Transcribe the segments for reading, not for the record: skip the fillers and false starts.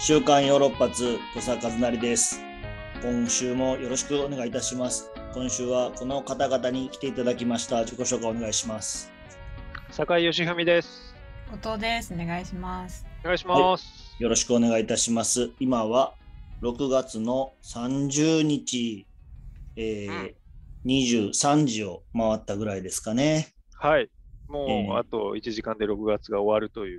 週刊ヨーロッパ通土佐和成です。今週もよろしくお願いいたします。今週はこの方々に来ていただきました。自己紹介お願いします。 坂井義文です。 後藤です。お願いします。 お願いします、 はい、よろしくお願いいたします。今は6月の30日、23時を回ったぐらいですかね。 はい。もうあと1時間で6月が終わるという。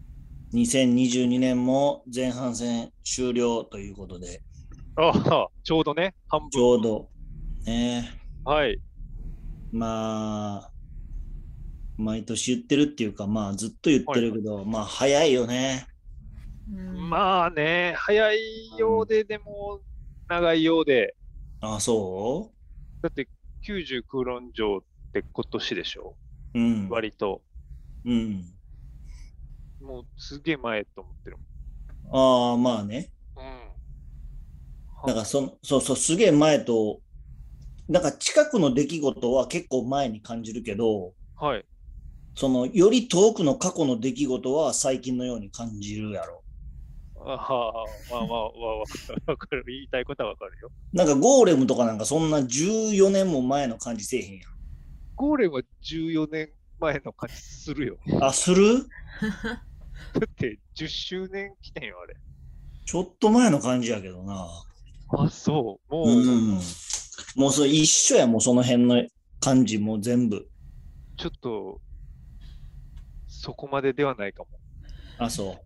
2022年も前半戦終了ということで。 ああ、ちょうどね、半分。 ちょうど。ね。 はい。 まあ、毎年言ってるっていうか、まあずっと言ってるけど、はい、まあ早いよね。 まあね、早いようで、でも長いようで。 あ、そう？ だって90空論城って今年でしょ。 うん。 割と。 うん。 もうすげえ前と思ってる。 ああ、まあね。 うん。 だからそうすげえ前と、なんか近くの出来事は結構前に感じるけど、 はい。 より遠くの過去の出来事は最近のように感じるやろ。 まあわかる。言いたいことはわかるよ。 なんかゴーレムとかなんかそんな14年も前の感じせえへんやん。 ゴーレムは14年前の感じするよ。 あ、する？ だって10周年記念よ、あれ。 ちょっと前の感じやけどな。 あ、そう。 もうそれ一緒や、もうその辺の感じも全部。 ちょっと、そこまでではないかも。 あ、そう。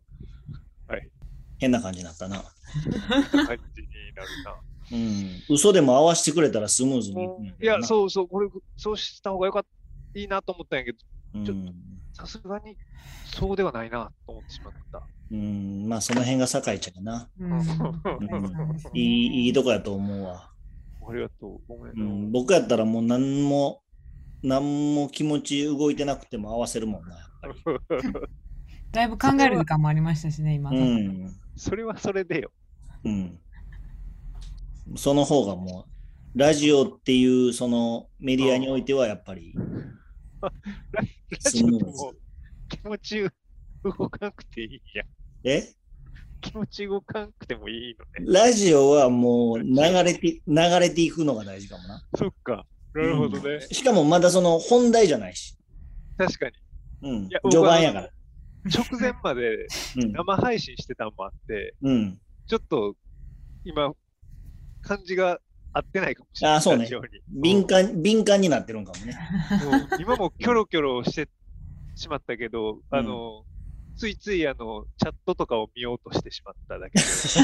はい。 変な感じになったな。 感じになるな。 うん。嘘でも合わせてくれたらスムーズにいくんやけどな。 いや、そう、これ、そうした方がいいなと思ったんやけど、ちょっと、さすがに、そうではないなと思ってしまった。 まあ、その辺が堺ちゃんな。いいとこやと思うわ。 ありがとう。ごめん。僕やったらもう何も気持ち動いてなくても合わせるもんな、やっぱり。 だいぶ考える時間もありましたしね、今。 それはそれでよ。 その方がもう、ラジオっていうそのメディアにおいてはやっぱり、 ラジオってもう気持ち動かなくていいや。気持ち動かなくてもいいのね。 ラジオはもう流れていくのが大事かもな。 そっか。なるほどね。 しかもまだその本題じゃないし。 確かに。序盤やから。 直前まで生配信してたのもあって、ちょっと今、感じが合ってないかもしれない。 あ、そうね。敏感になってるんかもね。 今もキョロキョロしてしまったけど、ついついチャットとかを見ようとしてしまっただけで。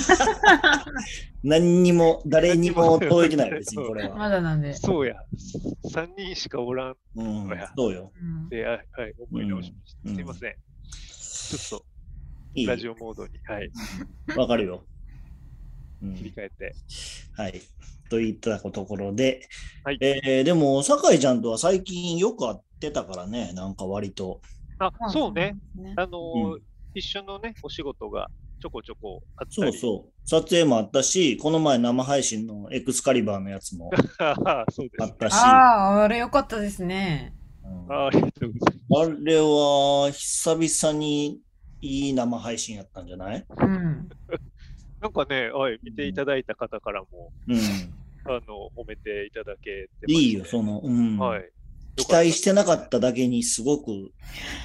何にも、誰にも届いてないですね、これは。 まだなんで。 そうや。3人しかおらん。 そうよ。 で、はい、思い直しました。すいません。ちょっと、ラジオモードに、はい。 わかるよ。 切り替えて。 はい。といったところで、でも、酒井ちゃんとは最近よく会ってたからね、なんか割と。 あ、そうね。一緒のね、お仕事がちょこちょこあったり。 そう。撮影もあったし、この前生配信のエクスカリバーのやつもあったし。 あれよかったですね。 ありがとうございます。 あれは久々にいい生配信やったんじゃない？ なんかね、見ていただいた方からも、褒めていただけてまして。 いいよ、期待してなかっただけにすごくい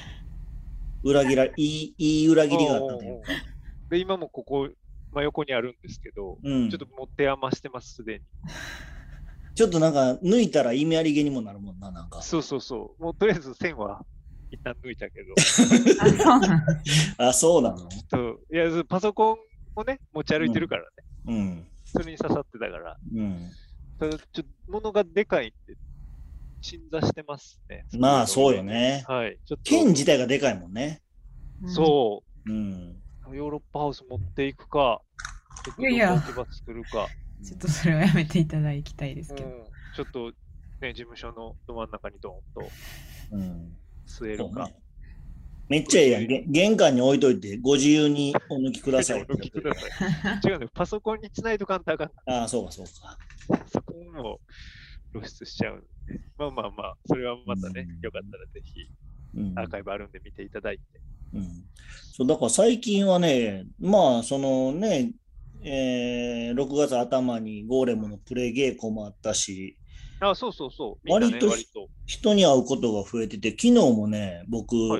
い裏切りがあったというか。 で、今もここ、真横にあるんですけど、ちょっと持って余してます、すでに。 ちょっとなんか抜いたら意味ありげにもなるもんな、なんか。 そう。もうとりあえず線は一旦抜いたけど。 あ、そうなの？ いや、パソコンをね、持ち歩いてるからね。それに刺さってたから。ただ、物がでかいんで、鎮座してますね。 まあ、そうよね。 はい。 剣自体がでかいもんね。 そう。ヨーロッパハウス持っていくか、 いや作るか。 ちょっとそれはやめていただきたいですけど。 ちょっとね、事務所のど真ん中にドーンと据えるか。 めっちゃええやん。玄関に置いといて、ご自由にお抜きください。 違うね、パソコンにつないとかんとあかん。 ああ、そうか。 そこも露出しちゃう。まあ、それはまたね、よかったらぜひ、アーカイブあるんで見ていただいて。 うん。そう、だから最近はね、まあ、そのね、6月頭にゴーレムのプレイ稽古もあったし、 あ、そうそうそう。みんなね、 割と割と。 人に会うことが増えてて、昨日もね、僕、 はい。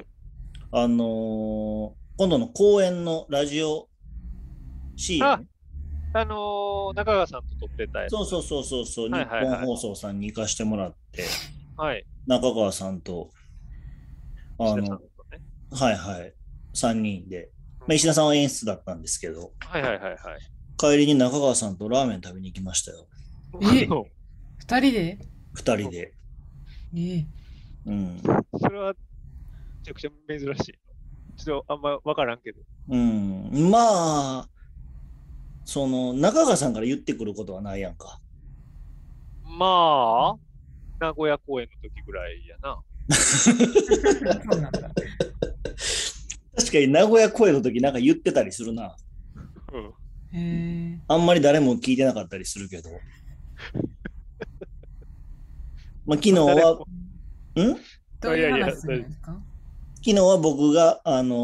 今度の公演のラジオあ、 CM、 中川さんと撮ってたやつ。 そうそうそうそうそう、 はい日はいはい。 本放送さんに行かしてもらって、 はい。 中川さんと、あの、 石田さんとね。 はいはい、3人で、まあ、石田うん。 さんは演出だったんですけど、 はいはいはいはい。 帰りに中川さんとラーメン食べに行きましたよ。 え、 そ二人で？ 2人で。 え、 うん。 それはめちゃくちゃ珍しい。ちょっとあんま分からんけど。 うん。まあ、その、中川さんから言ってくることはないやんか。 まあ、名古屋公演の時ぐらいやな。 そうなんだ。 確かに名古屋公演の時なんか言ってたりするな。 うん。 へえ。 あんまり誰も聞いてなかったりするけど。まあ、昨日まあ、誰は、 も。 どういういやいや、 話するんですか？ 昨日は僕が、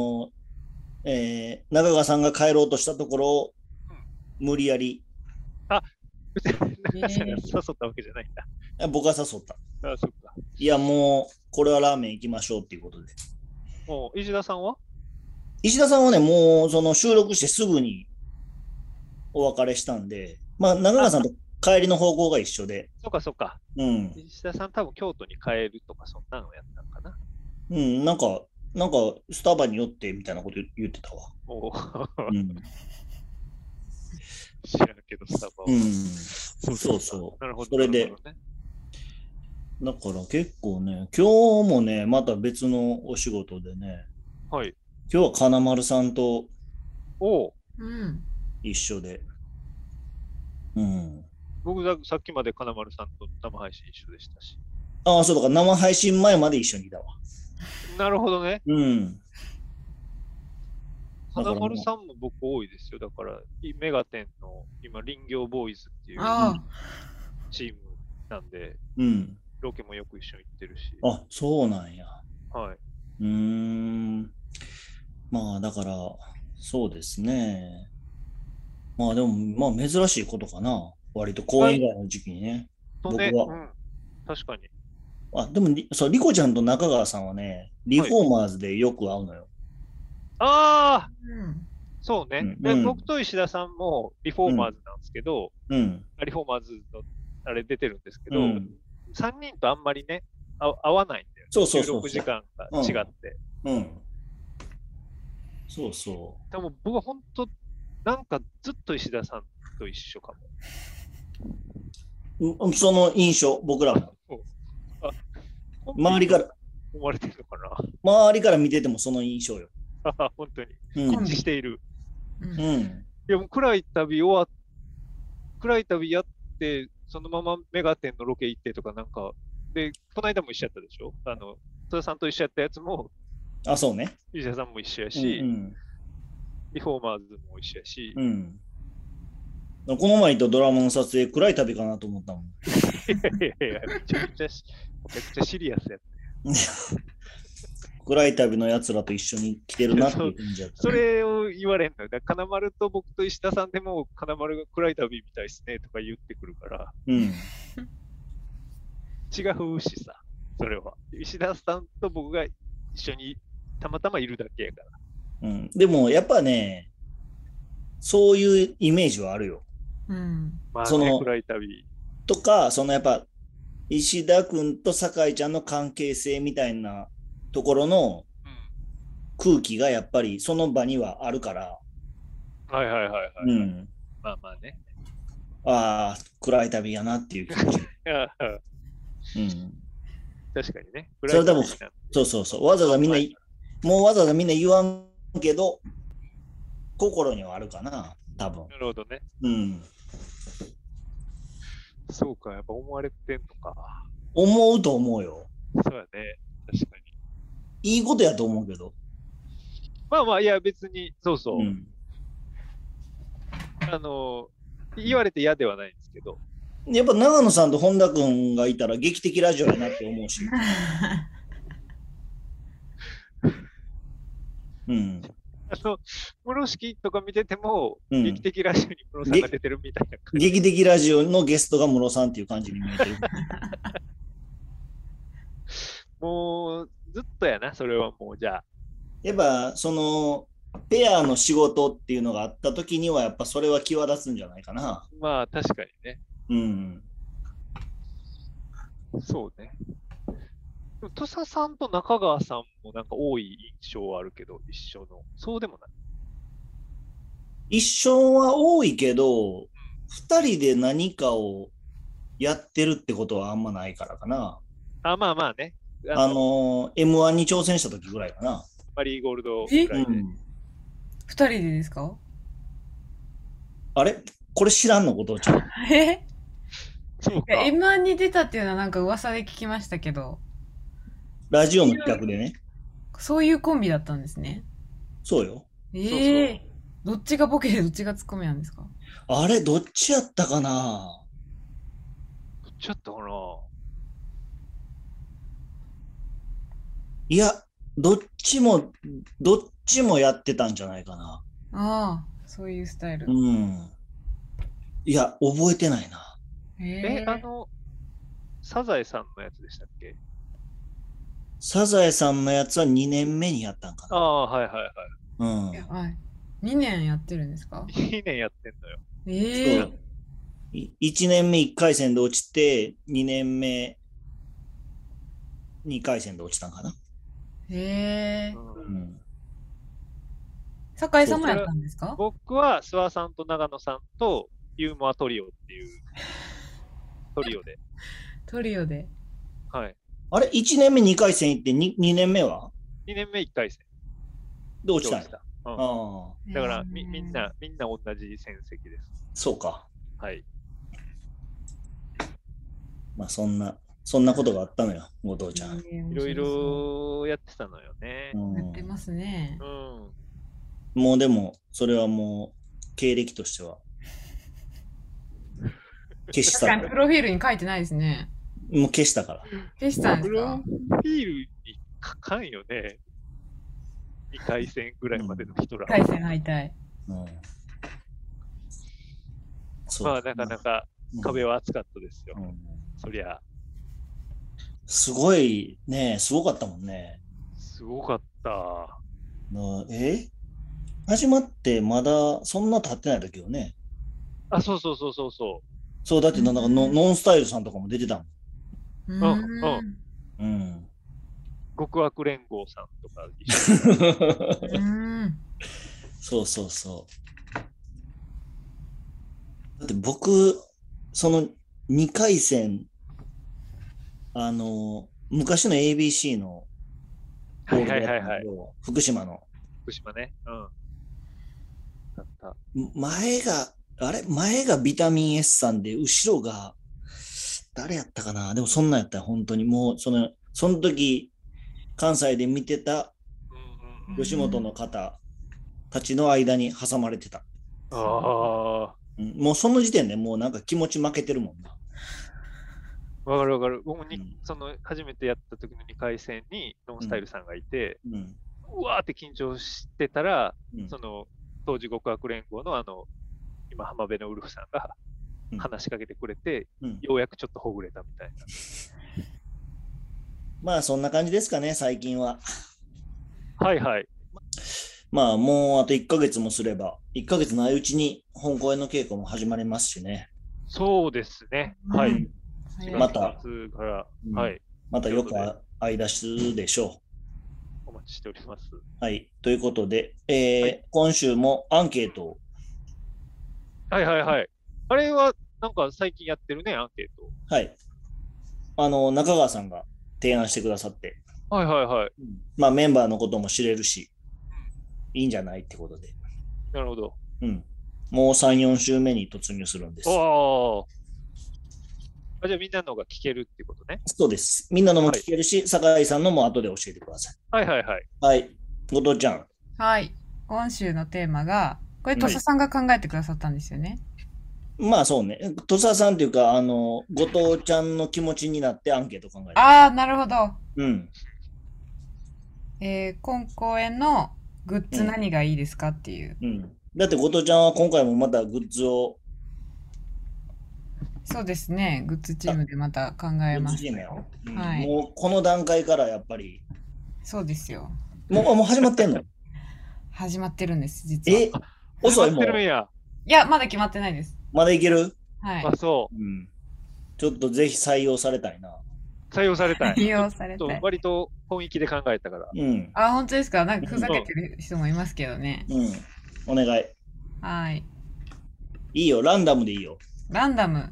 中川さんが帰ろうとしたところをうん。 無理やり、 あ、別に中川さんがえ誘ったわけじゃないんだ。 僕が誘った。 あ、そっか。 いや、もう、これはラーメン行きましょうっていうことで。 もう、石田さんは？ 石田さんはね、もう、その収録してすぐにお別れしたんで、まあ、中川さんあ、 と帰りの方向が一緒で、 そっかそっか。 うん、 石田さん多分京都に帰るとかそんなのやったのかな。 うん、なんか、スタバに寄ってみたいなこと言ってたわ。 もう、 うん、 知らんけどさ、 うん、 そうそうそう。 なるほど、 それで、 なるほどね。 だから結構ね、今日もね、また別のお仕事でね、 はい。 今日は金丸さんとおう、 うん。 一緒で、うん。 僕さっきまで金丸さんと生配信一緒でしたし。 ああ、そうだから生配信前まで一緒にいたわ。 なるほどね。 うん。だか金らも丸さんも僕多いですよ。だから、メガテンの今、林業ボーイズっていうう、 ああ。 チームなんで、 うん。 ロケもよく一緒に行ってるし。 あ、そうなんや。 はい。 うーん。まあ、だから、そうですね。まあでも、まあ珍しいことかな。割と公演以外の時期にね。僕ね、うは。 ん。確かに。 あ、でもそう、リコちゃんと中川さんはね、リはい。 フォーマーズでよく会うのよ。 ああ、 うん。 そうね。 うん、うで、僕ん、 と石田さんもリフォうん、 ーマーズなんですけど、 うん、 リフォーマーズのあれ出てるんですけど、 うん。 3人とあんまりね、合わないんだよね。 そうそう収そうそ録時間がう。うん、 違って。 うん。そうそでも僕は本当、なんかずっと石田さんと一緒かう。その印象、僕らも。 も。あ、コンビと周りから、 思われてるのか周りから見ててもその印象よ。 な。本当に。 うん、 一致している。 うん。 うん、 いや、もう暗い旅やって、そのままメガテンのロケ行ってとかなんか、で、この間も一緒やったでしょ戸田さんと一緒やったやつも、 あ、そうね。 石田さんも一緒やうん、うし、 ん、 リフォーマーズも一緒やし、 うん。この前行ったドラマの撮影、暗い旅かなと思ったもん。 いやいやいや、めちゃくちゃシリアスやっ暗い旅のやつらと一緒に来てるなっていう感じだった、 それを言われんのよ。だから金丸と僕と石田さんでも金丸が暗い旅みたいっすねとか言ってくるから、 うん。 違うしさ、それは。石田さんと僕が一緒にたまたまいるだけやから。 うん。でも、やっぱね、そういうイメージはあるよ。 うん。 まあね、 その、 暗い旅。 とか、そのやっぱ、石田君と酒井ちゃんの関係性みたいなところのうん。 空気がやっぱりその場にはあるから、 はいはいはいはい。 うん。 まあまあね。 ああ、暗い旅やなっていう気持ち。 いやうん。 確かにね。 それ多分、 暗い旅なんてそうそうそう。わざわざみんな、もうわざわざみんな言わんけど、心にはあるかな、多分。 なるほどね。 うん。 そうか、やっぱ思われてんのか。 思うと思うよ。 そうやね。確かに。 いいことやと思うけど。 まあまあ、いや別に、そうそう。 うん。 言われて嫌ではないんですけど。 やっぱ長野さんと本田君がいたら劇的ラジオやなって思うし。 うん。 室敷とか見てても、 うん劇的ラジオにムロさんが出てるみたいな感じ。 劇的ラジオのゲストがムロさんっていう感じに見えてる。 もう、ずっとやな、それはもう、じゃあ。 やっぱ、ペアの仕事っていうのがあった時には、やっぱそれは際立つんじゃないかな。 まあ、確かにね。 うん。 そうね。土佐さんと中川さんもなんか多い印象はあるけど、一緒の。そうでもない。 一緒は多いけど、二人で何かをやってるってことはあんまないからかな。 あ、まあまあね。 M1 に挑戦した時ぐらいかな。 マリーゴールドえぐらいで。 二人でですか？ あれこれ知らんのことちゃん。 そうか。 M1 に出たっていうのはなんか噂で聞きましたけど、 ラジオの企画でね。 そういうコンビだったんですね。 そうよ。 どっちがボケでどっちがツッコミなんですか？ あれどっちやったかな。 ちょっとかな。 いや、どっちもやってたんじゃないかな。 ああ、そういうスタイル。 うん。いや、覚えてないな。 サザエさんのやつでしたっけ？ サザエさんのやつは2年目にやったんかな。 ああ、はいはいはい。 うん。 はい。2年やってるんですか ？2年やってんのよ。 そう1年目1回戦で落ちて、2年目2回戦で落ちたんかな。 へえ。 うん。 酒井さんもやったんですか？ 僕は諏訪さんと長野さんとユーモアトリオっていうトリオで。 トリオで。 はい。 あれ ?1 年目2回戦行って 2年目は ?2 年目1回戦。 で落ちたんや。 うん、 あだからみんな同じ戦績です。 そうか。 はい。 まあそんなことがあったのよ、後藤ちゃん。 いろいろやってたのよね。 やってますね。 うん。 もうでも、それはもう、経歴としては。消したから。 プロフィールに書いてないですね。 もう消したから。 消したんですか？ プロフィールに書かんよね。2回戦ぐらいまでの人ら。 2回戦敗退。 まあなかなか壁は厚かったですよ。そりゃ。 すごいね、すごかったもんね。 すごかった。 始まってまだそんな経ってない時よね。 あ、そう。そう、 だってなんかノンスタイルさんとかも出てたもん。 うん。 極悪連合さんとかそう。だって僕、その2回戦、昔の ABC の、福島の。 福島ね。 だった。前がビタミン S さんで、後ろが、誰やったかな。でもそんなんやったら本当にもう、その時、関西で見てた吉本の方たちの間に挟まれてた。もうその時点でもうなんか気持ち負けてるもんな。 わかる。僕に、初めてやった時の2回戦にノンスタイルさんがいて、うわーって緊張してたら、当時極悪連合の今浜辺のウルフさんが話しかけてくれて、ようやくちょっとほぐれたみたいな。 まあそんな感じですかね、最近は。 はい。 まあもうあと1ヶ月もすれば、1ヶ月ないうちに本公演の稽古も始まりますしね。 そうですね。はい。 また、またよく会い出すでしょう。お待ちしております。 はい。ということで、今週もアンケートを。 はい。あれはなんか最近やってるね、アンケート。 はい。中川さんが提案してくださって。 はい。 まあメンバーのことも知れるし、いいんじゃないってことで。 なるほど。 もう3、4週目に突入するんです。 じゃあみんなのが聞けるってことね。 そうです。みんなのも聞けるし、酒井さんのも後で教えてください。 はい。 はい。後藤ちゃん。 はい。今週のテーマが、これ、土佐さんが考えてくださったんですよね。 まあそうね。土佐さんっていうか、後藤ちゃんの気持ちになってアンケート考えて。 ああ、なるほど。 今公演のグッズ何がいいですかっていう。 だって後藤ちゃんは今回もまたグッズを。 そうですね。グッズチームでまた考えます。 グッズチームやろ。 はい。 もうこの段階からやっぱり。 そうですよ。 もう始まってんの？ 始まってるんです、実は。 遅いもん。 いや、まだ決まってないです。 まだいける？ はい。 あ、そう。 ちょっとぜひ採用されたいな。 採用されたい。 採用されたい。 割と本意気で考えたから。 あ、本当ですか？なんかふざけてる人もいますけどね。 お願い。 はい。 いいよ、ランダムでいいよ。 ランダム。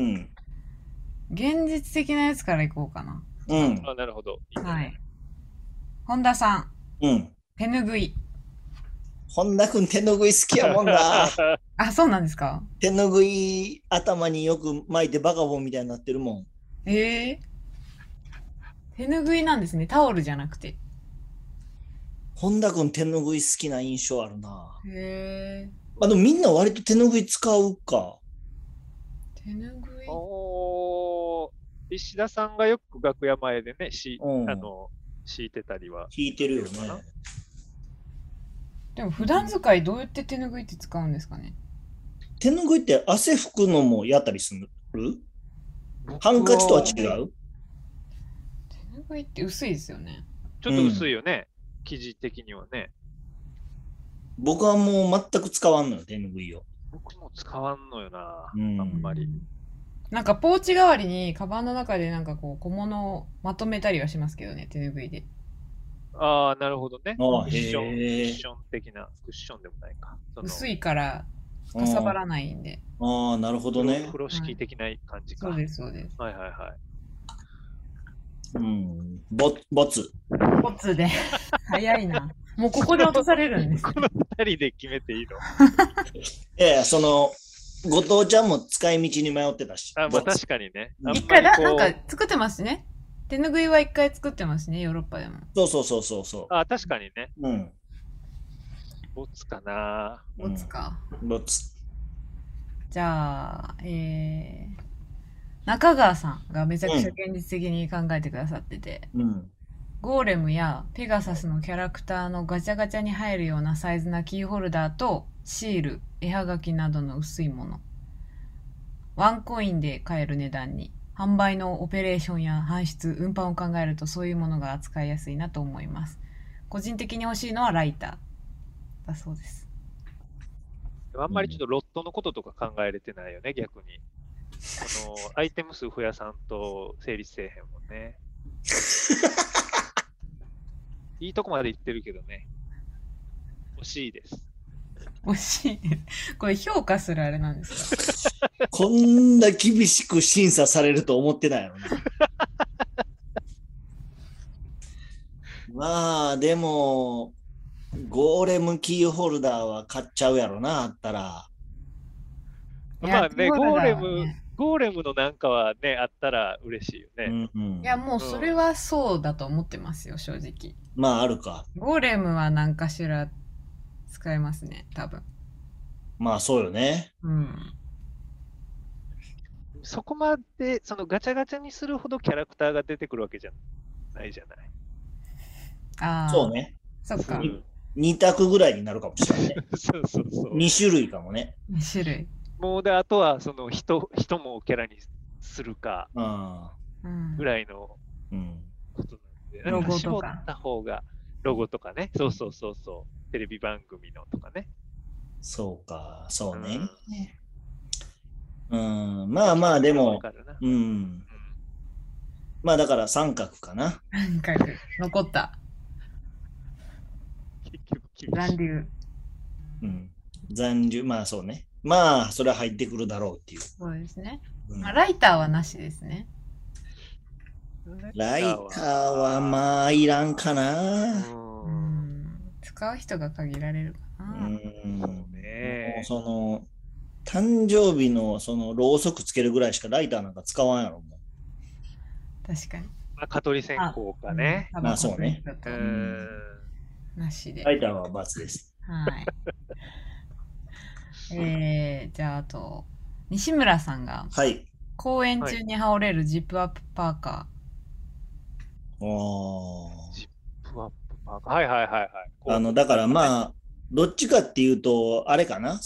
現実的なやつからいこうかな。 あ、なるほど。 はい。本田さん。手ぬぐい。 本田くん手ぬぐい好きやもんな。 あ、そうなんですか？ 手ぬぐい頭によく巻いてバカボンみたいになってるもん。 手ぬぐいなんですね。タオルじゃなくて。 本田くん手ぬぐい好きな印象あるな。 へえ。 でもみんな割と手ぬぐい使うか。 手ぬぐい。 石田さんがよく楽屋前でね、敷いてたりは。 敷いてるよね。 でも普段使いどうやって手ぬぐいって使うんですかね？ 手ぬぐいって汗拭くのもやったりする？ハンカチとは違う？ 手ぬぐいって薄いですよね。 ちょっと薄いよね。生地的にはね。 僕はもう全く使わんのよ、手ぬぐいを。 僕も使わんのよな、あんまり。 なんかポーチ代わりにカバンの中でなんかこう小物をまとめたりはしますけどね、手ぬぐいで。 ああ、なるほどね。クッション的な、クッションでもないか。 薄いからかさばらないんで。 ああ、なるほどね。 風呂敷的な感じか。 そうです、そうです。 はいはいはい。 ボツ。 ボツで。早いな。もうここで落とされるんです。 この二人で決めていいの？ 後藤ちゃんも使い道に迷ってたし。 まあ確かにね。 一回なんか作ってますね。手ぬぐいは一回作ってますね、ヨーロッパでも。 そう。 あ、確かにね。 ボツかな。 ボツか。 ボツ。 じゃあ、中川さんがめちゃくちゃ現実的に考えてくださってて、ゴーレムやペガサスのキャラクターのガチャガチャに入るようなサイズなキーホルダーとシール、絵はがきなどの薄いもの。ワンコインで買える値段に、販売のオペレーションや搬出、運搬を考えるとそういうものが扱いやすいなと思います。個人的に欲しいのはライターだそうです。 あんまりちょっとロットのこととか考えれてないよね、逆に。アイテム数増やさんと成立せえへんもんね。いいとこまで言ってるけどね。惜しいです。 惜しい。これ評価するあれなんですか？ こんな厳しく審査されると思ってないやろね。まあ、でも、ゴーレムキーホルダーは買っちゃうやろな、あったら。 まあね、ゴーレムのなんかはね、あったら嬉しいよね。 いや、もうそれはそうだと思ってますよ、正直。 まあ、あるか。 ゴーレムは何かしら使えますね、多分。 まあ、そうよね。 そこまで、そのガチャガチャにするほどキャラクターが出てくるわけじゃないじゃない。 ああ。 そうね。 そっか。 2択ぐらいになるかもしれないね。 そう。 2種類かもね。 2種類。 もうで、あとはその人もキャラにするか、ぐらいのことなんで、 ロゴとか。 絞った方が、ロゴとかね。そう。テレビ番組のとかね。 そうか、そうね。まあまあ、でも、まあだから三角かな。 三角。残った。残留。 残留、まあそうね。まあ、それは入ってくるだろうっていう。 そうですね。まあ、ライターはなしですね。 ライターはまあ、いらんかな。 使う人が限られるかな。 その、誕生日のそのろうそくつけるぐらいしかライターなんか使わんやろもん。 確かに。 まあ、蚊取り線香かね。 まあそうね。 なしで。 ライターは×です。 はい。じゃああと、西村さんが、公演中に羽織れるジップアップパーカー。ジップアップはいはいはいはい。 だからまあ、どっちかっていうと、あれかな、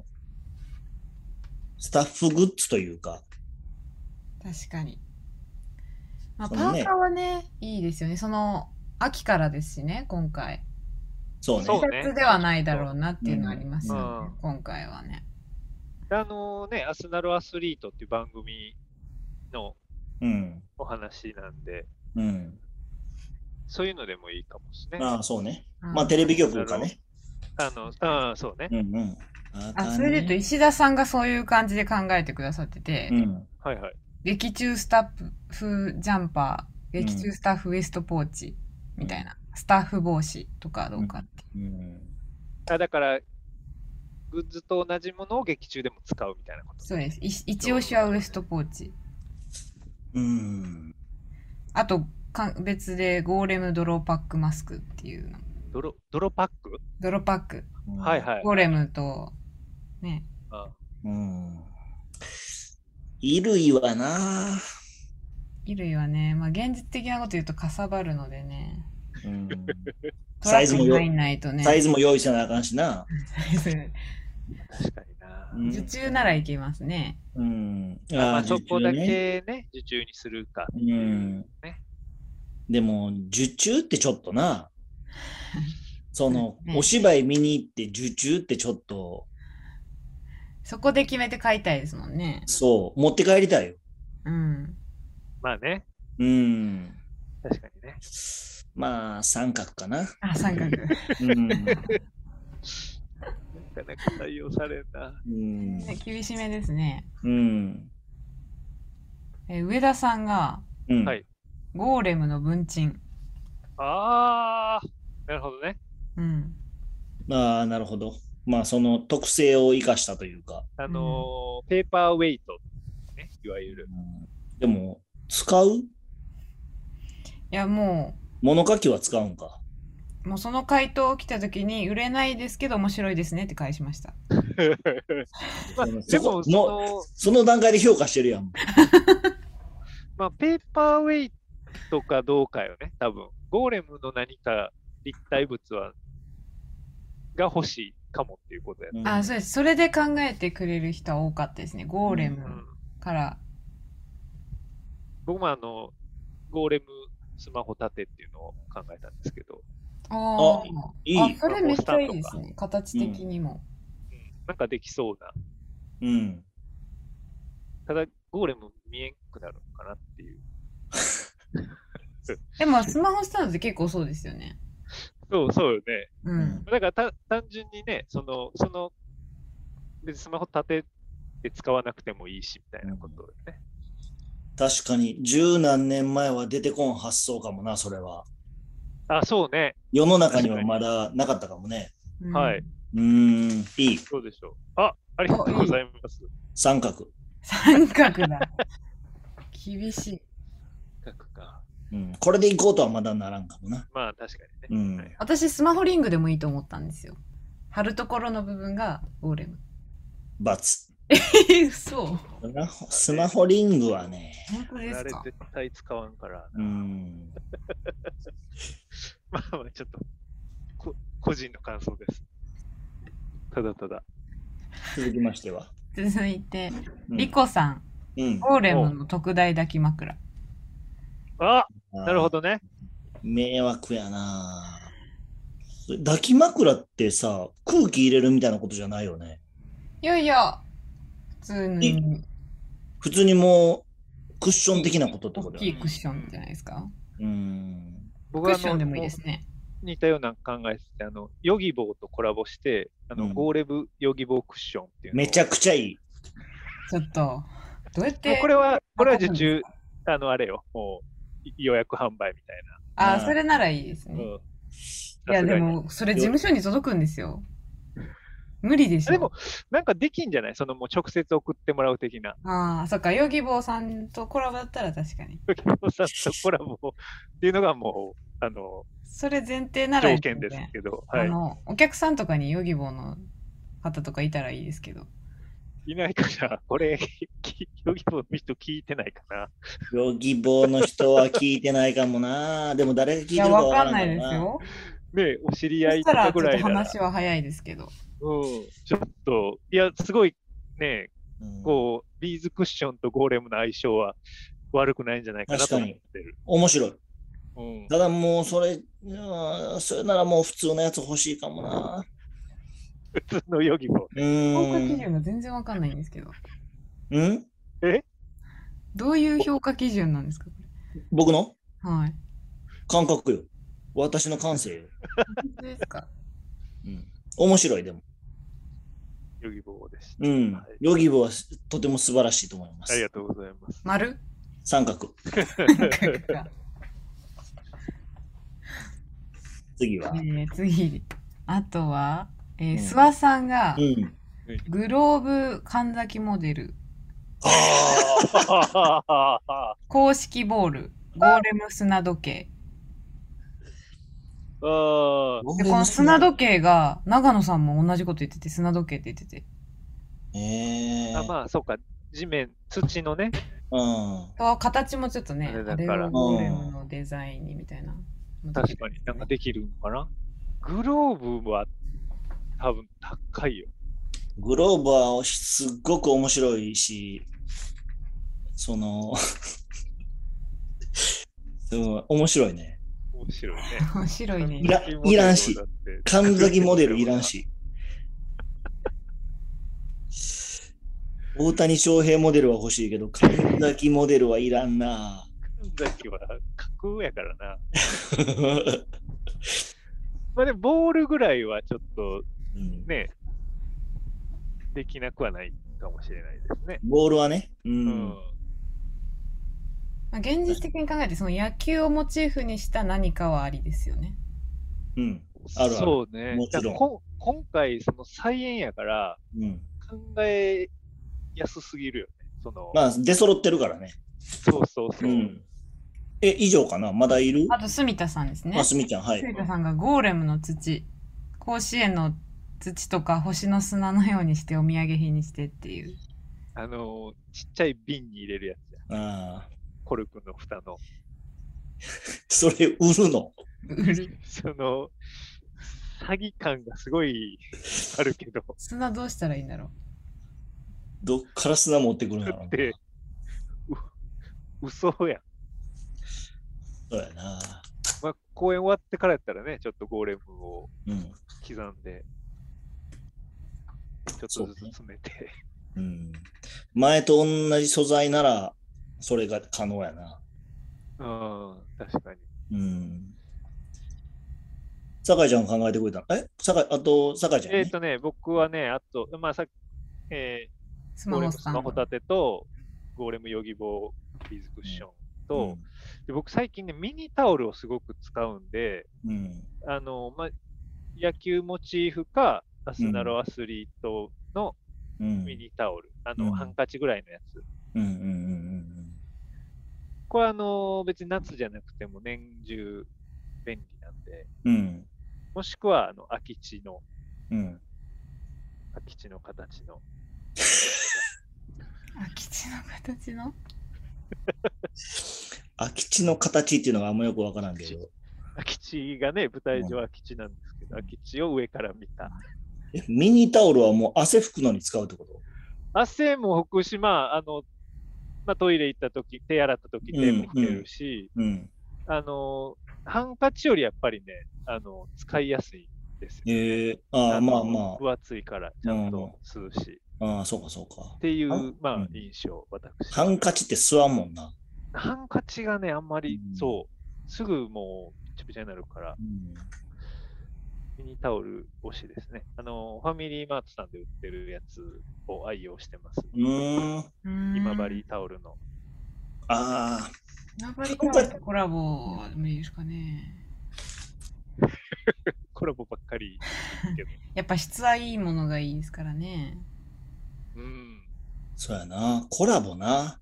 スタッフグッズというか。 確かに。まあ、 そのね、 パーカーはね、いいですよね。秋からですしね、今回。 そうね。 そう季節ではないだろうなっていうのはありますよね、 うん今回はね。 アスナルアスリートっていう番組のお話なんで、 うん。 そういうのでもいいかもしれない。 ああ、そうね。まあ、テレビ局かね。 そうね。 うんうん。 それで言うと、石田さんがそういう感じで考えてくださってて、 はいはい。 劇中スタッフジャンパー、劇中スタッフウエストポーチみたいな、スタッフ帽子とかどうかって。 だから、グッズと同じものを劇中でも使うみたいなこと。 そうです。一押しはウエストポーチ。あと、別でゴーレムドローパックマスクっていうの。 ドロパックドロパック。 はいはい。 ゴーレムと、ね。 衣類はな。 衣類はね、まあ現実的なこと言うとかさばるのでね。 サイズも入んないとね。 サイズも用意しなあかんしな。 確かにな。 受注ならいけますね。 まあそこだけね、受注にするかっていうね。 でも、受注ってちょっとな。お芝居見に行って受注ってちょっと。 そこで決めて買いたいですもんね。 そう、持って帰りたいよ。 まあね。確かにね。 まあ、三角かな。 三角。 なかなか採用されんな。 厳しめですね。上田さんが、ゴーレムの文鎮。 なるほどね。 なるほど。まあ、その特性を生かしたというか。 ペーパーウェイト、ね、いわゆる。 でも、使う？ いや、もう。物書きは使うんか。 もうその回答来た時に、売れないですけど面白いですねって返しました。 でもその段階で評価してるやん。 まあ、ペーパーウェイトかどうかよね、多分。ゴーレムの何か立体物が欲しいかもっていうことやね。 そうです。それで考えてくれる人は多かったですね。ゴーレムから。 僕もゴーレムスマホ立てっていうのを考えたんですけど。 いい。 それめっちゃいいですね。形的にも。 なんかできそうな。ただ、ゴーレム見えんくなるのかなっていう。 でも、スマホスタンドって結構そうですよね。 そうよね。だから単純にね、別にスマホ立てて使わなくてもいいし、みたいなことよね。 確かに、十何年前は出てこん発想かもな、それは。 そうね。 世の中にはまだなかったかもね。 はい。 いい。 そうでしょう。ありがとうございます。 三角。 三角だ。厳しい。 三角か。 これでいこうとはまだならんかもな。 まあ確かにね。 私、スマホリングでもいいと思ったんですよ。貼るところの部分がゴーレム。 ×。 そう。 スマホリングはね。 本当ですか？ あれ絶対使わんから。まあちょっと個人の感想です。ただただ。 続きましては。 続いて、リコさん。ゴーレムの特大抱き枕。 なるほどね。 迷惑やな。抱き枕ってさ、空気入れるみたいなことじゃないよね。 いやいや、 普通にもうクッション的なことってこと大きいクッションじゃないですか。 僕クッションでもいいですね。 似たような考えてて、ヨギボーとコラボして、ゴーレムヨギボークッションっていう。 めちゃくちゃいい。 ちょっと、どうやってこれは受注、あれよ、もう予約販売みたいな。それならいいですね。いや、でも、それ事務所に届くんですよ。無理でしょ。 でも、なんかできんじゃない？もう直接送ってもらう的な。 そっか、ヨギボーさんとコラボだったら確かに。 ヨギボーさんとコラボっていうのがもう、 それ前提なら条件ですけど、 お客さんとかにヨギボーの方とかいたらいいですけど。 いないかな。これ、ヨギボーの人聞いてないかな。 ヨギボーの人は聞いてないかもな。でも誰が聞いてるかわからないですよ。 ね、お知り合いとかぐらいなら。そしたらちょっと話は早いですけど。 ちょっと、いや、すごいね、こう、ビーズクッションとゴーレムの相性は悪くないんじゃないかなと思ってる。 面白い。ただもうそれならもう普通のやつ欲しいかもな。 普通のヨギボー。評価基準が全然わかんないんですけど。どういう評価基準なんですか？ 僕のはい。 感覚よ。私の感性よ。 本当ですか？ 面白い、でも。 ヨギボーです。 ヨギボーはとても素晴らしいと思います。 ありがとうございます。 丸？ 三角。次は、 次。あとは、諏訪さんが、グローブ神崎モデル。公式ボール。ゴーレム砂時計。でこの砂時計が、長野さんも同じこと言ってて、砂時計って言ってて。 まあ、そうか。地面、土のね。 形もちょっとね、あれをゴーレムのデザインにみたいな。 確かになんかできるのかな。グローブは多分高いよ。 グローブはすっごく面白いし、面白いね。 面白いね。 面白いね。 いらんし。神崎モデルいらんし。大谷翔平モデルは欲しいけど、神崎モデルはいらんな。 神崎は架空やからな。まあでも、ボールぐらいはちょっとね、できなくはないかもしれないですね。 ボールはね。 現実的に考えて、その野球をモチーフにした何かはありですよね。 あるある。 そうね。もちろん。今回、その菜園やから、考えやすすぎるよね。 まあ、出揃ってるからね。 そうそうそう。 以上かな？まだいる？ あと、住田さんですね。 住ちゃん、はい。 住田さんがゴーレムの土、甲子園の土とか星の砂のようにしてお土産品にしてっていう。 ちっちゃい瓶に入れるやつや。コルクの蓋の。 それ、売るの？ 売る。 詐欺感がすごいあるけど。 砂どうしたらいいんだろう。 どっから砂持ってくるんだろう。だって、 嘘やん。 そうやな。 まあ、公演終わってからやったらね、ちょっとゴーレムを刻んで、ちょっとずつ詰めて。 前と同じ素材なら、それが可能やな。 確かに。 酒井ちゃんが考えてくれたの？酒井ちゃん、 ね。僕はね、あと、まあ、ゴーレムスマホ立てと、ゴーレムヨギボービーズクッションと、で僕最近ね、ミニタオルをすごく使うんで、まあ、野球モチーフか、アスナロアスリートのミニタオル、ハンカチぐらいのやつ。これは別に夏じゃなくても年中便利なんで、もしくは空き地の、空き地の形の。 空き地の形の空き地の形っていうのがあんまよくわからんけど。 空き地がね、舞台上は空き地なんですけど、空き地を上から見た。 ミニタオルはもう汗拭くのに使うってこと？ 汗も拭くし、まあ、トイレ行ったとき、手洗ったとき手も拭けるし、ハンカチよりやっぱりね、使いやすいですよ。 まあまあ。 分厚いからちゃんと吸うし。 そうかそうか。 っていう、まあ、印象、私。 ハンカチって吸わんもんな。 ハンカチがね、あんまり、すぐもう、ピチャピチャになるから、ミニタオル推しですね。ファミリーマートさんで売ってるやつを愛用してます。今治タオルの。 今治タオルとコラボでもいいですかね。 コラボばっかりけど。 やっぱ質はいいものがいいですからね。 そうやな。コラボな。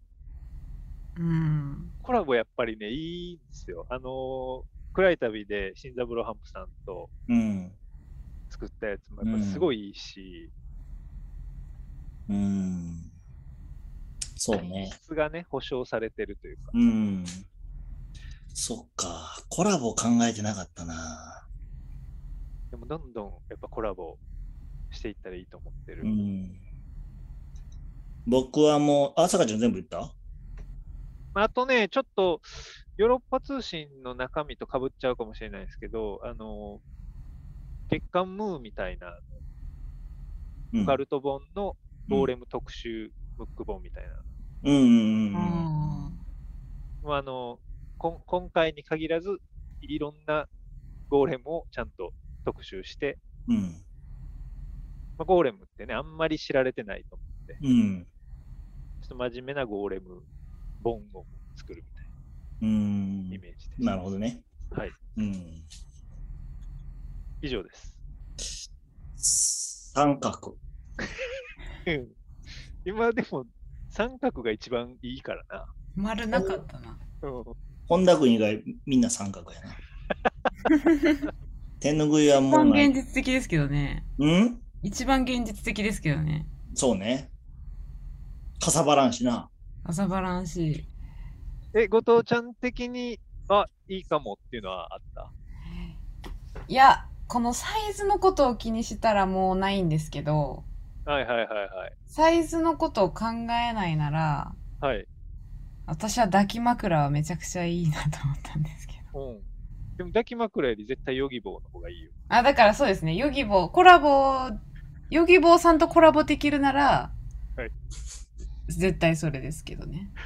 コラボやっぱりね、いいんですよ。暗い旅で新三郎ハンプさんと作ったやつもやっぱすごいいいし、 そうね。 質がね、保証されてるというか。 そっか。コラボ考えてなかったな。 でもどんどんやっぱコラボしていったらいいと思ってる。 僕はもう、さかちゃん全部言った？ あとね、ちょっとヨーロッパ通信の中身と被っちゃうかもしれないですけど、月刊ムーみたいな、オカルト本のゴーレム特集ブック本みたいな。今回に限らず、いろんなゴーレムをちゃんと特集して、ゴーレムってね、あんまり知られてないと思って、ちょっと真面目なゴーレム本を作るみたいなイメージです。 なるほどね。 はい。以上です。 三角。 今でも三角が一番いいからな。 丸なかったな。 本田君以外みんな三角やな。手ぬぐいはもう一番現実的ですけどね。一番現実的ですけどね。 そうね。かさばらんしな。 かさばらんし。 後藤ちゃん的にいいかもっていうのはあった？ いや、このサイズのことを気にしたらもうないんですけど、サイズのことを考えないなら、私は抱き枕はめちゃくちゃいいなと思ったんですけど。 でも抱き枕より絶対ヨギボーの方がいいよ。 だからそうですね。ヨギボーさんとコラボできるなら、絶対それですけどね。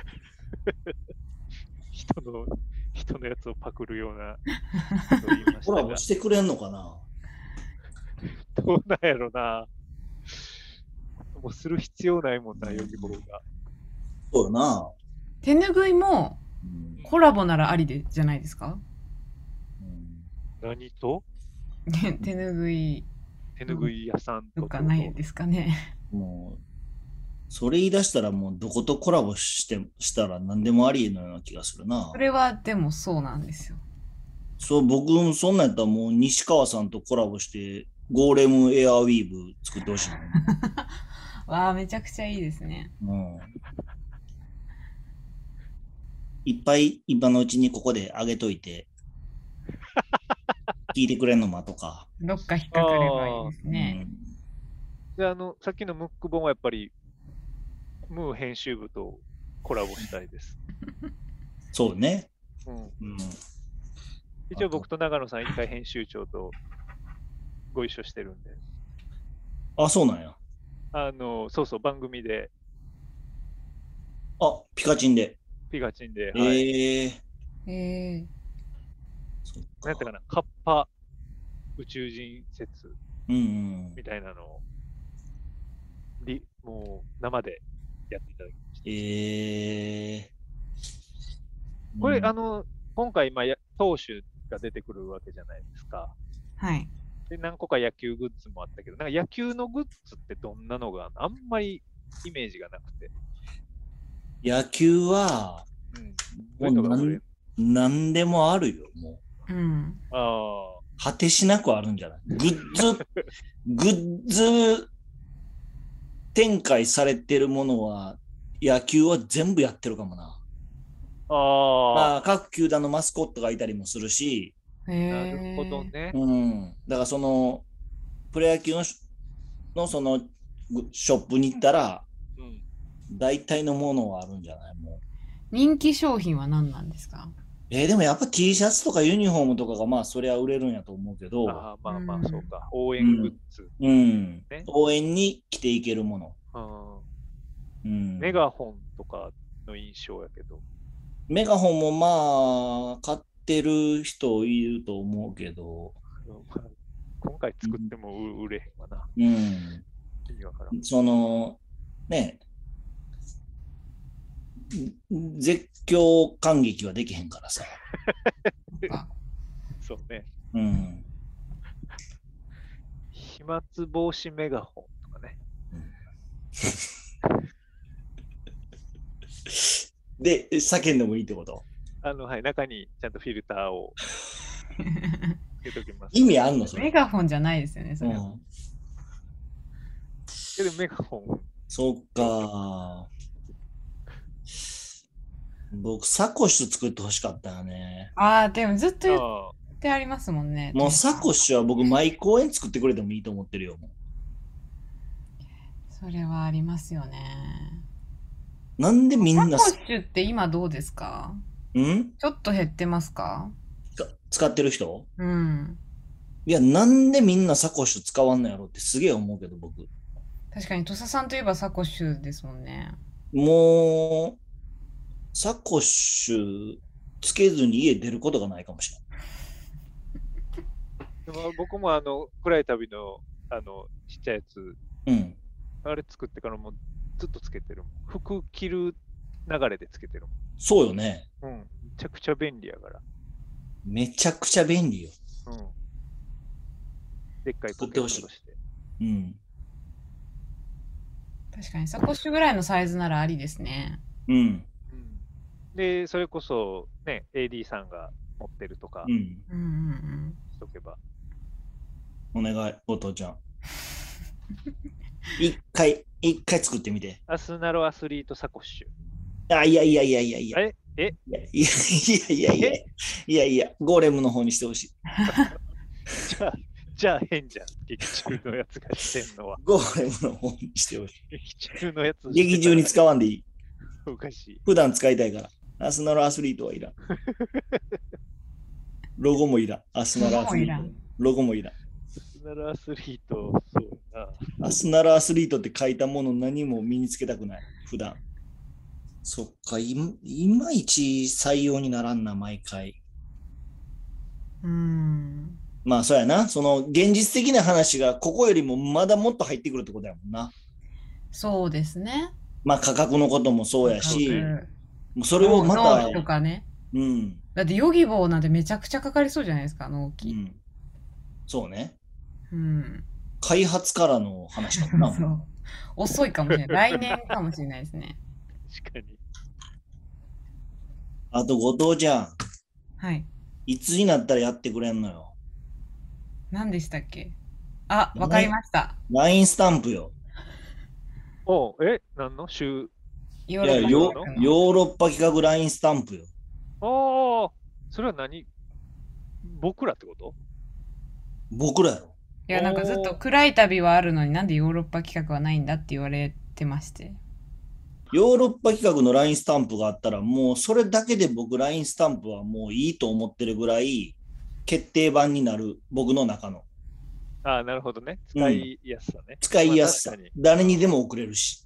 人のやつをパクるようなコラボしてくれんのかな？ どうなんやろな。もうする必要ないもんな、ヨギボーが。 そうよな。 手ぬぐいもコラボならありじゃないですか？ 何と？ 手ぬぐい屋さんとかないですかね。 もうそれ言い出したらもうどことコラボしたら何でもありのような気がするな。 それはでもそうなんですよ。 そう、僕そんなんやったらもう西川さんとコラボしてゴーレムエアウィーブ作ってほしい、ね。 わあ、めちゃくちゃいいですね。 いっぱい今のうちにここで上げといて聞いてくれんのまとか。 どっか引っかかればいいですね。 で、さっきのムック本はやっぱりムー編集部とコラボしたいです。 そうね。 一応僕と長野さん一回編集長とご一緒してるんで。 そうなんや。 そうそう、番組で。 ピカチンで。 ピカチンで。 なんやったかな、カッパ宇宙人説みたいなのを、もう生でやっていただきました。これ、今回、投手が出てくるわけじゃないですか。 はい。 で、何個か野球グッズもあったけど、なんか野球のグッズってどんなのがあんまりイメージがなくて。 野球は、何でもあるよ、もう。果てしなくあるんじゃない？グッズ展開されてるものは、野球は全部やってるかもな。各球団のマスコットがいたりもするし。 なるほどね。 だからその、プロ野球のそのショップに行ったら、大体のものはあるんじゃない？もう人気商品は何なんですか？ でもやっぱ T シャツとかユニフォームとかがそれは売れるんやと思うけど。 そうか。応援グッズ。 応援に着ていけるもの。メガホンとかの印象やけど。 メガホンも買ってる人いると思うけど。 今回作っても売れへんわな。 その、ね、絶叫感激はできへんからさ。 そうね。飛沫防止メガホンとかね。 で、叫んでもいいってこと？ 中にちゃんとフィルターを入れときます。 意味あんのそれ？ メガホンじゃないですよね、それは。 でメガホンそっか。僕、サコッシュ作ってほしかったよね。 ああ、でもずっと言ってありますもんね。 もうサコッシュは僕、毎公演作ってくれてもいいと思ってるよ。 それはありますよね。 なんでみんな。 サコッシュって今どうですか？ちょっと減ってますか？ 使ってる人？ うん。 いや、なんでみんなサコッシュ使わんのやろってすげえ思うけど、僕。 確かに土佐さんといえばサコッシュですもんね。 もう、サコッシュつけずに家出ることがないかもしれない。 でも僕も暗い旅のちっちゃいやつ、あれ作ってからもずっとつけてるもん。服着る流れでつけてるもん。 そうよね。 めちゃくちゃ便利やから。 めちゃくちゃ便利よ。 でっかいポケットとして。 確かにサコッシュぐらいのサイズならありですね。 で、それこそね、AD さんが持ってるとか、しとけば。 お願い、お父ちゃん。一回作ってみて。 アスナロアスリートサコッシュ。いや。いや、ゴーレムの方にしてほしい。 じゃあ変じゃん。劇中のやつがしてんのは。 ゴーレムの方にしてほしい。 劇中のやつ。 劇中に使わんでいい。 おかしい。 普段使いたいから。アスナロアスリートはいらん。ロゴもいらん。アスナロアスリート。ロゴもいらん。 アスナロアスリート、そうな。アスナロアスリートって書いたもの何も身につけたくない。普段。そっか、いまいち採用にならんな、毎回。まあ、そうやな。その、現実的な話が、ここよりもまだもっと入ってくるってことやもんな。 そうですね。 まあ、価格のこともそうやし、それをまた。 納期とかね。だって、ヨギボーなんてめちゃくちゃかかりそうじゃないですか、納期。 そうね。開発からの話かもな。 そう。遅いかもしれない。来年かもしれないですね。 確かに。 あと、後藤ちゃん。 はい。 いつになったらやってくれんのよ。 何でしたっけ？あ、わかりました。 LINE スタンプよ。 何の週？ ヨーロッパ企画 LINE スタンプよ。 ああ、それは僕らってこと？ 僕らやろ。 いや、なんかずっと暗い旅はあるのになんでヨーロッパ企画はないんだって言われてまして。 ヨーロッパ企画の LINE スタンプがあったら、もうそれだけで僕 LINE スタンプはもういいと思ってるぐらい決定版になる、僕の中の。 ああ、なるほどね。使いやすさね。 使いやすさ。誰にでも送れるし。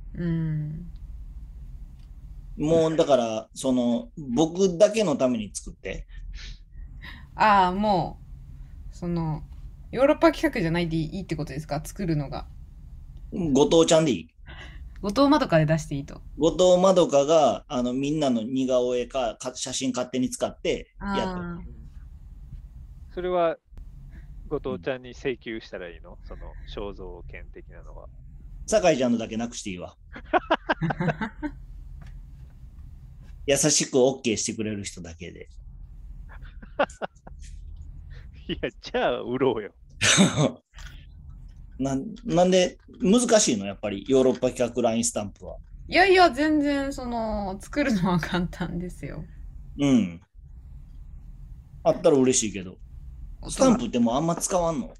もうだから、僕だけのために作って。 ああ、もう、ヨーロッパ企画じゃないでいいってことですか？作るのが。 後藤ちゃんでいい？ 後藤まどかで出していいと。 後藤まどかがみんなの似顔絵か写真勝手に使ってやってる。 それは後藤ちゃんに請求したらいいの？その肖像権的なのは。 酒井ちゃんのだけなくしていいわ。優しく OK してくれる人だけで。 いや、じゃあ売ろうよ。 なんで難しいの？やっぱりヨーロッパ企画 LINE スタンプは。 いやいや、全然作るのは簡単ですよ。 あったら嬉しいけど。スタンプってもうあんま使わんの？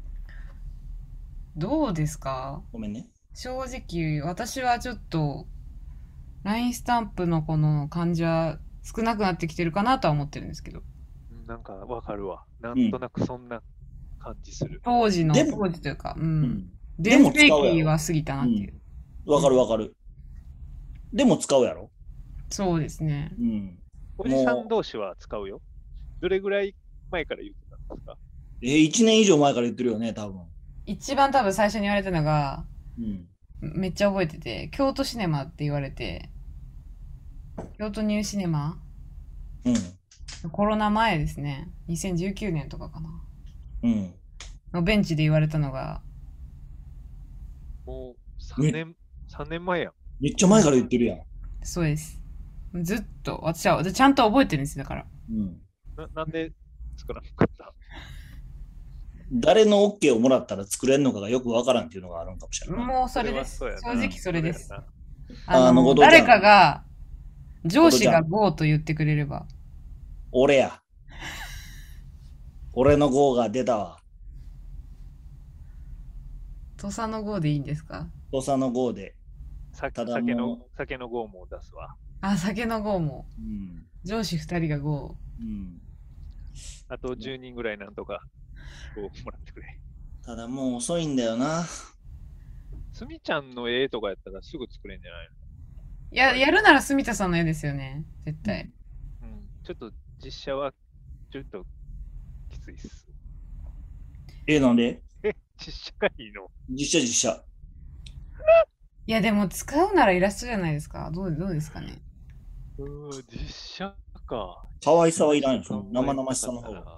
どうですか？ ごめんね。 正直、私はちょっと LINE スタンプのこの感じは少なくなってきてるかなとは思ってるんですけど。 なんかわかるわ。なんとなくそんな感じする。 当時というか、全盛期は過ぎたなっていう。 わかるわかる。でも使うやろ？ そうですね。 おじさん同士は使うよ。どれぐらい前から言ってたんですか ？1年以上前から言ってるよね、多分。 一番多分最初に言われたのが、めっちゃ覚えてて、京都シネマって言われて、京都ニューシネマ、コロナ前ですね。2019年とかかな。のベンチで言われたのが。 もう3年前やん。 めっちゃ前から言ってるやん。 そうです。ずっと、私はちゃんと覚えてるんですだから。 なんで作らなかった？ 誰の OK をもらったら作れるのかがよくわからんっていうのがあるんかもしれない。 もうそれです。正直それです。 誰かが、上司が GO と言ってくれれば。 俺や。俺の GO が出たわ。 土佐の GO でいいんですか？ 土佐の GO で。 酒の GO も出すわ。 酒の GO も。うん、上司2人が GO。うん。 あと10人ぐらいなんとか GO もらってくれ。 ただもう遅いんだよな。 すみちゃんの絵とかやったらすぐ作れんじゃないの？ やるなら住田さんの絵ですよね、絶対。 うん、ちょっと実写はちょっときついっす。 なんで？ 実写がいいの？ 実写。 いや、でも使うならイラストじゃないですか。どうですかね。 実写か。 可愛さはいらんよ、生々しさの方が。な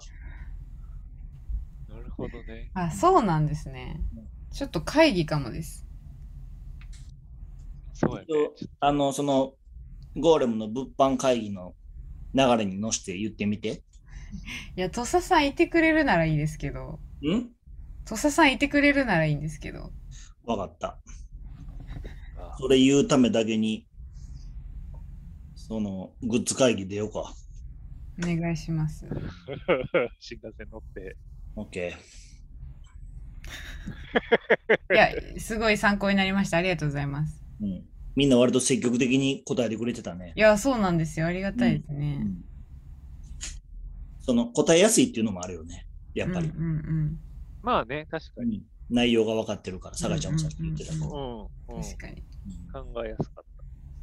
るほどね。 そうなんですね。ちょっと会議かもです。 そうやね。 そのゴーレムの物販会議の流れに乗せて言ってみて。 いや、土佐さんいてくれるならいいですけど。土佐さんいてくれるならいいんですけど。 わかった。それ言うためだけに、そのグッズ会議出ようか。 お願いします。 新幹線乗って。 OK。 いや、すごい参考になりました。ありがとうございます。 みんな割と積極的に答えてくれてたね。 いや、そうなんですよ。ありがたいですね。 その答えやすいっていうのもあるよね。やっぱり。 まあね、確かに。 内容が分かってるから、さがちゃんもさっき言ってたけど。確かに。 考えやすかった。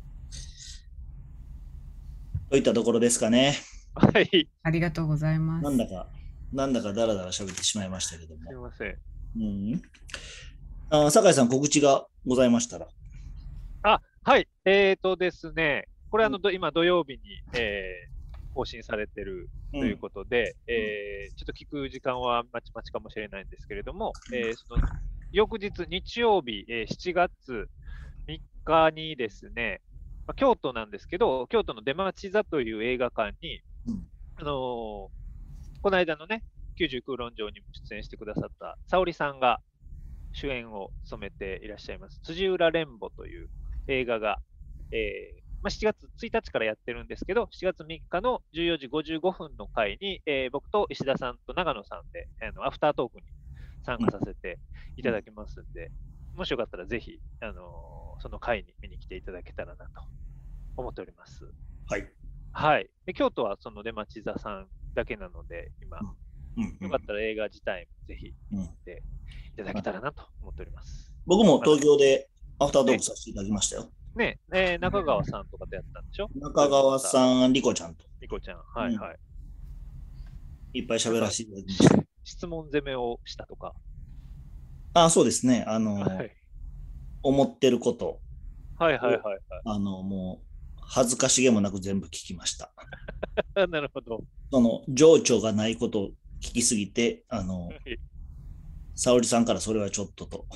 といったところですかね。 はい。 ありがとうございます。 なんだかだらだら喋ってしまいましたけども。 すいません。 酒井さん、告知がございましたら。 はい。ですね、これ今土曜日に、更新されてるということで、ちょっと聞く時間はまちまちかもしれないんですけれども、その翌日日曜日、7月3日にですね、京都なんですけど、京都の出町座という映画館に、この間のね、90空論城にも出演してくださった沙織さんが主演を務めていらっしゃいます、辻浦連母という映画が、7月1日からやってるんですけど、7月3日の14時55分の回に、僕と石田さんと長野さんでアフタートークに参加させていただきますんで、もしよかったらぜひ、その回に見に来ていただけたらなと思っております。 はい。 はい。で、京都はその出町座さんだけなので、今、よかったら映画自体もぜひ見ていただけたらなと思っております。 僕も東京でアフタートークさせていただきましたよ。 ね、中川さんとかとやったんでしょ？ 中川さん、リコちゃんと。 リコちゃん、はいはい。 いっぱい喋らせていただきました。 質問攻めをしたとか。 そうですね。思ってること。 はいはいはい、はい。 もう、恥ずかしげもなく全部聞きました。 なるほど。 その、情緒がないことを聞きすぎて、沙織さんからそれはちょっとと。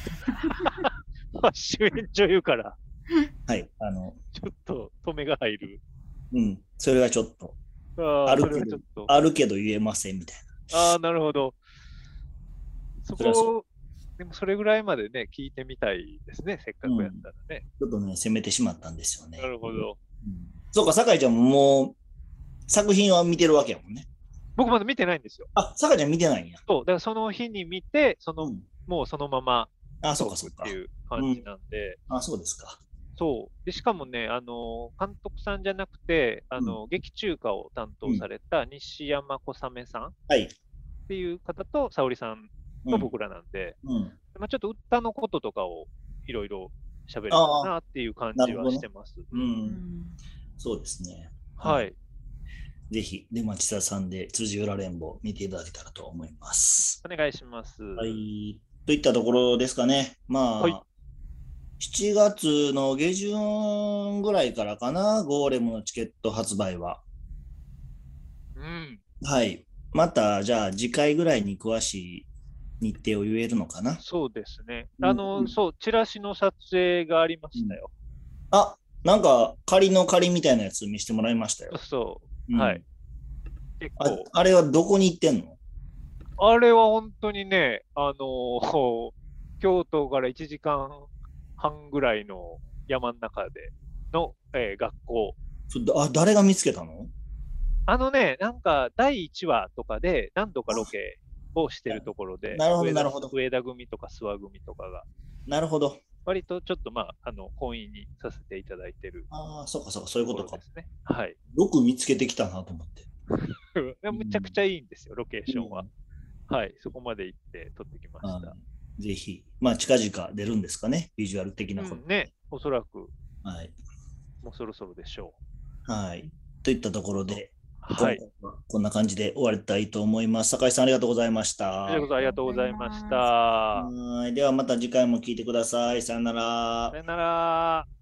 主演女優から。 はい。 ちょっと止めが入る。 それはちょっと。あるけど言えませんみたいな。なるほど。そこ、でもそれぐらいまでね、聞いてみたいですね、せっかくやったらね。 ちょっとね、攻めてしまったんですよね。 なるほど。 そうか、酒井ちゃんももう作品は見てるわけやもんね。 僕まだ見てないんですよ。 酒井ちゃん見てないんや。 そう、だからその日に見て、もうそのまま、 そうかそうか。 っていう感じなんで。 そうですか。 そう。で、しかもね、監督さんじゃなくて、劇中歌を担当された西山小雨さんっていう方と沙織さんと僕らなんで、ちょっと歌のこととかをいろいろ喋れたらなっていう感じはしてます。 そうですね。 はい。 ぜひ、出町座さんで辻浦連母見ていただけたらと思います。 お願いします。 はい。といったところですかね。7月の下旬ぐらいからかな、ゴーレムのチケット発売は。はい。また、じゃあ次回ぐらいに詳しい日程を言えるのかな。 そうですね。そう、チラシの撮影がありましたよ。 なんか仮みたいなやつ見せてもらいましたよ。 そう。はい。 結構。あれはどこに行ってんの？ あれは本当にね、京都から1時間半ぐらいの山の中での、学校。 誰が見つけたの？ なんか第1話とかで何度かロケをしてるところで、 なるほど、なるほど。 上田組とか諏訪組とかが。 なるほど。 割とちょっと婚姻にさせていただいてる。 ああ、そうかそうか、そういうことか。 ですね。はい。 よく見つけてきたなと思って。 めちゃくちゃいいんですよ、ロケーションは。はい、そこまで行って撮ってきました。 ぜひ、近々出るんですかね、ビジュアル的なこと。 ね、おそらく。 はい。 もうそろそろでしょう。はい。といったところで、 はい。 こんな感じで終わりたいと思います。酒井さん、ありがとうございました。 ありがとうございました。 はい。ではまた次回も聞いてください。さよなら。 さよなら。